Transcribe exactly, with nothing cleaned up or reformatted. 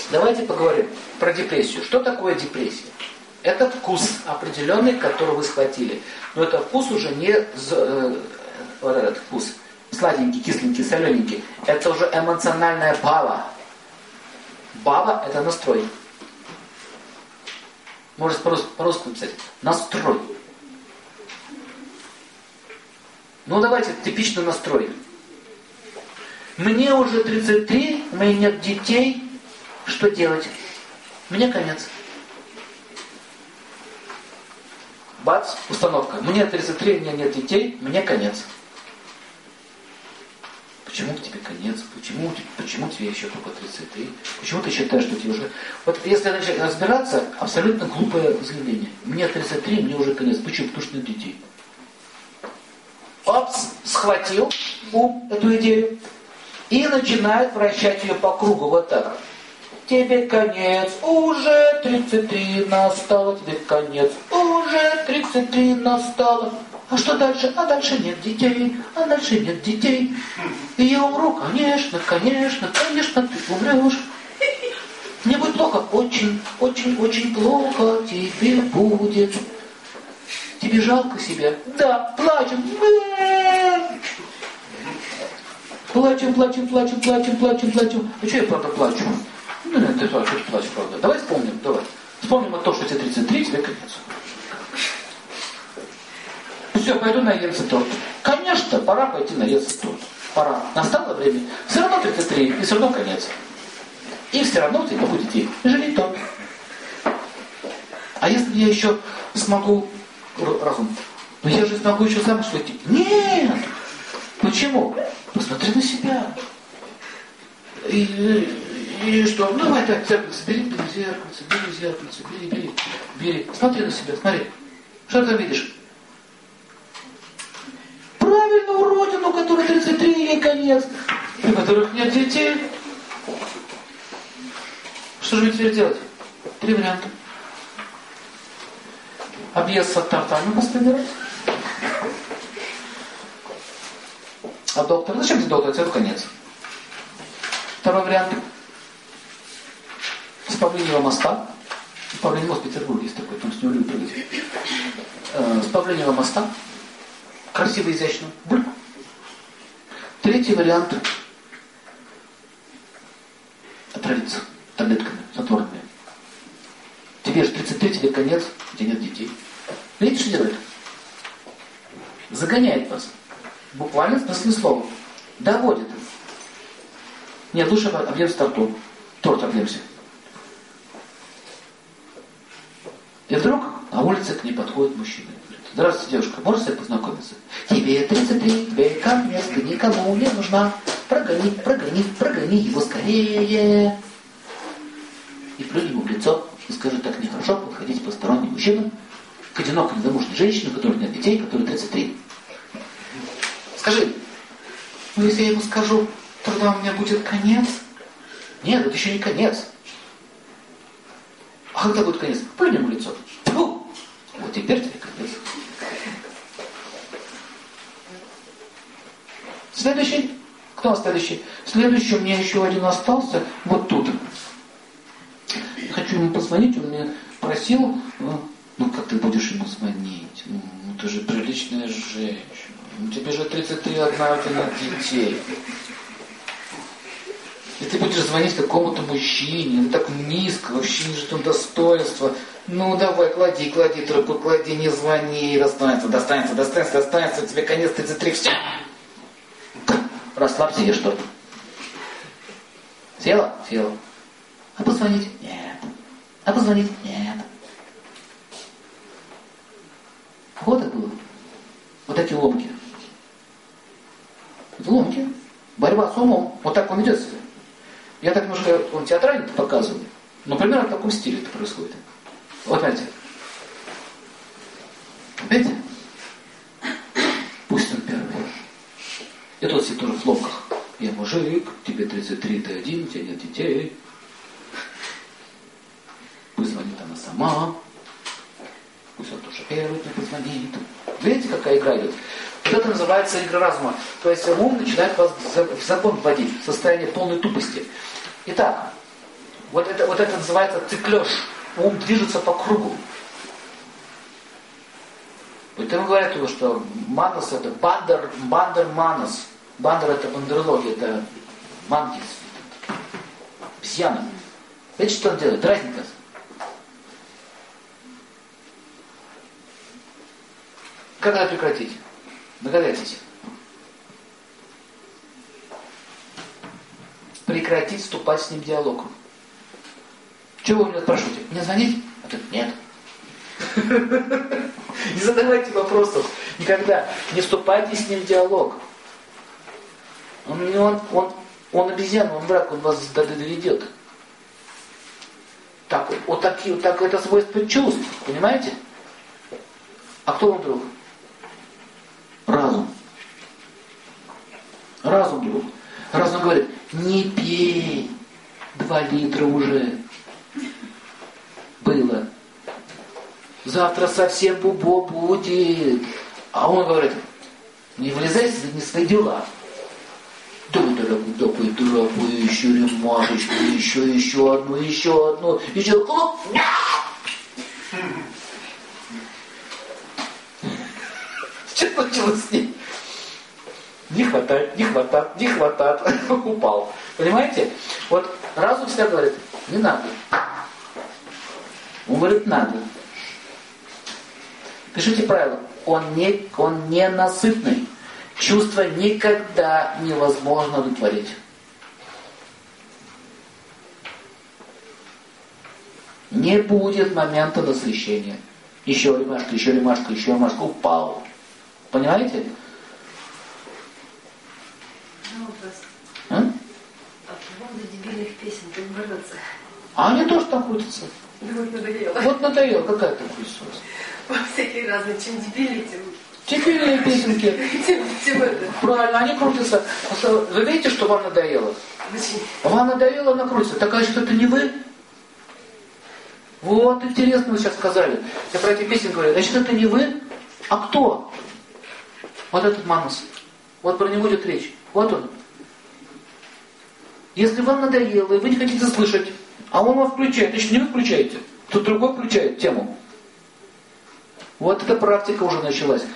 Давайте поговорим про депрессию. Что такое депрессия? Это вкус определенный, который вы схватили. Но это вкус уже не э, вот этот вкус сладенький, кисленький, солененький. Это уже эмоциональная бава. Бава – это настрой. Может по-русски, по-русски написать. Настрой. Ну давайте типичный настрой. Мне уже тридцать три, у меня нет детей. Что делать? Мне конец. Бац, установка. Мне тридцать три, у меня нет детей, мне конец. Почему тебе конец? Почему, почему тебе еще только тридцать три? Почему ты считаешь, что тебе уже... Вот если начать разбираться, абсолютно глупое заявление. Мне тридцать три, мне уже конец. Почему? Потому что нет детей. Опс, схватил ум эту идею и начинает вращать ее по кругу вот так. Тебе конец, уже тридцать три настало, тебе конец, уже тридцать три настало. А что дальше? А дальше нет детей, а дальше нет детей. И я умру, конечно, конечно, конечно, ты умрешь. Мне будет плохо, очень, очень, очень плохо тебе будет. Тебе жалко себя? Да, плачем. Плачем, плачем, плачем, плачем, плачем, плачем. А что я правда плачу? Ну, нет, ты что ты плачешь, правда. Давай вспомним, давай. Вспомним о том, что тебе тридцать три, тебе конец. Все, пойду наесться торт. Конечно, пора пойти наесться торт. Пора. Настало время. Все равно тридцать три, и все равно конец. И все равно у тебя будет детей. Живи торт. А если я еще смогу... Разум. Но я же смогу еще замуж выйти. Нет! Почему? Посмотри на себя. И, и, и что? Ну, давай так, зеркальце, бери, бери зеркальце, бери зеркальце, бери, бери, бери. Смотри на себя, смотри. Что ты видишь? Правильно, уродину, у которой тридцать три, ей конец. У которых нет детей. Что же мне теперь делать? Три варианта. Объесться тартами последний раз. А доктор? Зачем тебе доктор? Это конец. Второй вариант. С Павлиньего моста. Павлиний мост в Петербурге есть такой, там с него люди прыгают. Э, с Павлиньего моста. Красиво, изящно. Буль. Третий вариант. Отравиться таблетками снотворными. Тебе же тридцать три, тебе конец, у тебя нет детей. Видите, что делает? Загоняет вас. Буквально в смысле слова. Доводит. Нет, лучше объемся тортом. Торт объемся. И вдруг на улице к ней подходит мужчина. Говорит: здравствуйте, девушка, можно с тобой познакомиться? Тебе тридцать три, тебе конец, ты никому не нужна. Прогони, прогони, прогони его скорее. И плюнь ему в лицо. И скажи: так нехорошо подходить к посторонним мужчинам, к одинокой незамужней женщине, у которой нет детей, которой тридцать три. Скажи: ну если я ему скажу, тогда у меня будет конец. Нет, это еще не конец. А когда будет конец? Плюнь ему в лицо. Фу! Вот теперь тебе конец. Следующий. Кто следующий? Следующий у меня еще один остался. Вот тут. Хочу ему позвонить, он меня просил, ну, ну как ты будешь ему звонить? Ну, ты же приличная женщина. Ну, тебе же тридцать три, одна, у тебя нет детей. И ты будешь звонить какому-то мужчине, это так низко, вообще ниже там достоинства. Ну давай, клади, клади трубку, клади, не звони, достоинство, достоинство, достоинство, достоинство, тебе конец тридцать три, все. Расслабься, ешь торт. Села? Села. А позвонить? Нет. А позвонить? Нет. Вот это было. Вот эти ломки. Это ломки. Борьба с умом. Вот так он идет себя. Я так немножко, он театрально показываю. Но примерно в таком стиле это происходит. Вот смотрите. Видите? Пусть он первый. И тот сидит тоже в ломках. Я мужик, тебе тридцать три, ты один, у тебя нет детей. Пусть звонит она сама. Пусть он тоже первый мне позвонит. Видите, какая игра идет? Вот это называется игра разума. То есть ум начинает вас в закон вводить, в состояние полной тупости. Итак, Вот это, вот это называется циклёж. Ум движется по кругу. Поэтому говорят, что манас это бандер, бандер манас. Бандер это бандерлоги, это манкис. Обезьяна. Видите, что он делает? Дразнит нас. Как это прекратить? Догадайтесь. Прекратить вступать с ним в диалог. Чего вы меня спрашиваете? Мне звонить? А ты, нет. Не задавайте вопросов. Никогда. Не вступайте с ним в диалог. Он, он, он, он обезьяна, он враг, он вас доведет. Так, вот, такие, вот так, это свойство чувств, понимаете? А кто он друг? Разум. Разум друг. Разум говорит, не пей, два литра уже было. Завтра совсем бубо будет. А он говорит, не влезай не в свои дела. Да, дорогой, такой дорогой, еще рюмашечку, еще, еще одну, еще одну, еще одну. Что случилось с ним? Не хватает, не хватает, не хватает. Упал. Понимаете? Вот разум всегда говорит, не надо. Он говорит, надо. Пишите правило. Он не, он не насытный. Чувство никогда невозможно удовлетворить. Не будет момента насыщения. Еще рюмашка, еще рюмашка, еще рюмашка. Упал. Понимаете? Ну, вопрос. А? А по поводу дебильных песен как бороться? А они тоже там крутятся. Да вот надоело. Вот надоело. Какая там крутится? Во всякие разные. Чем дебильнее, тем... Дебильные песенки. Тем, тем это. Правильно, они крутятся. Вы видите, что вам надоело? Очень. Вам надоело, она крутится. Так, что это не вы? Вот, интересно вы сейчас сказали. Я про эти песни говорю. Значит, это не вы? А кто? Вот этот манус. Вот про него идет речь. Вот он. Если вам надоело, и вы не хотите слышать, а он вас включает, значит, не вы включаете. Кто другой включает тему. Вот эта практика уже началась.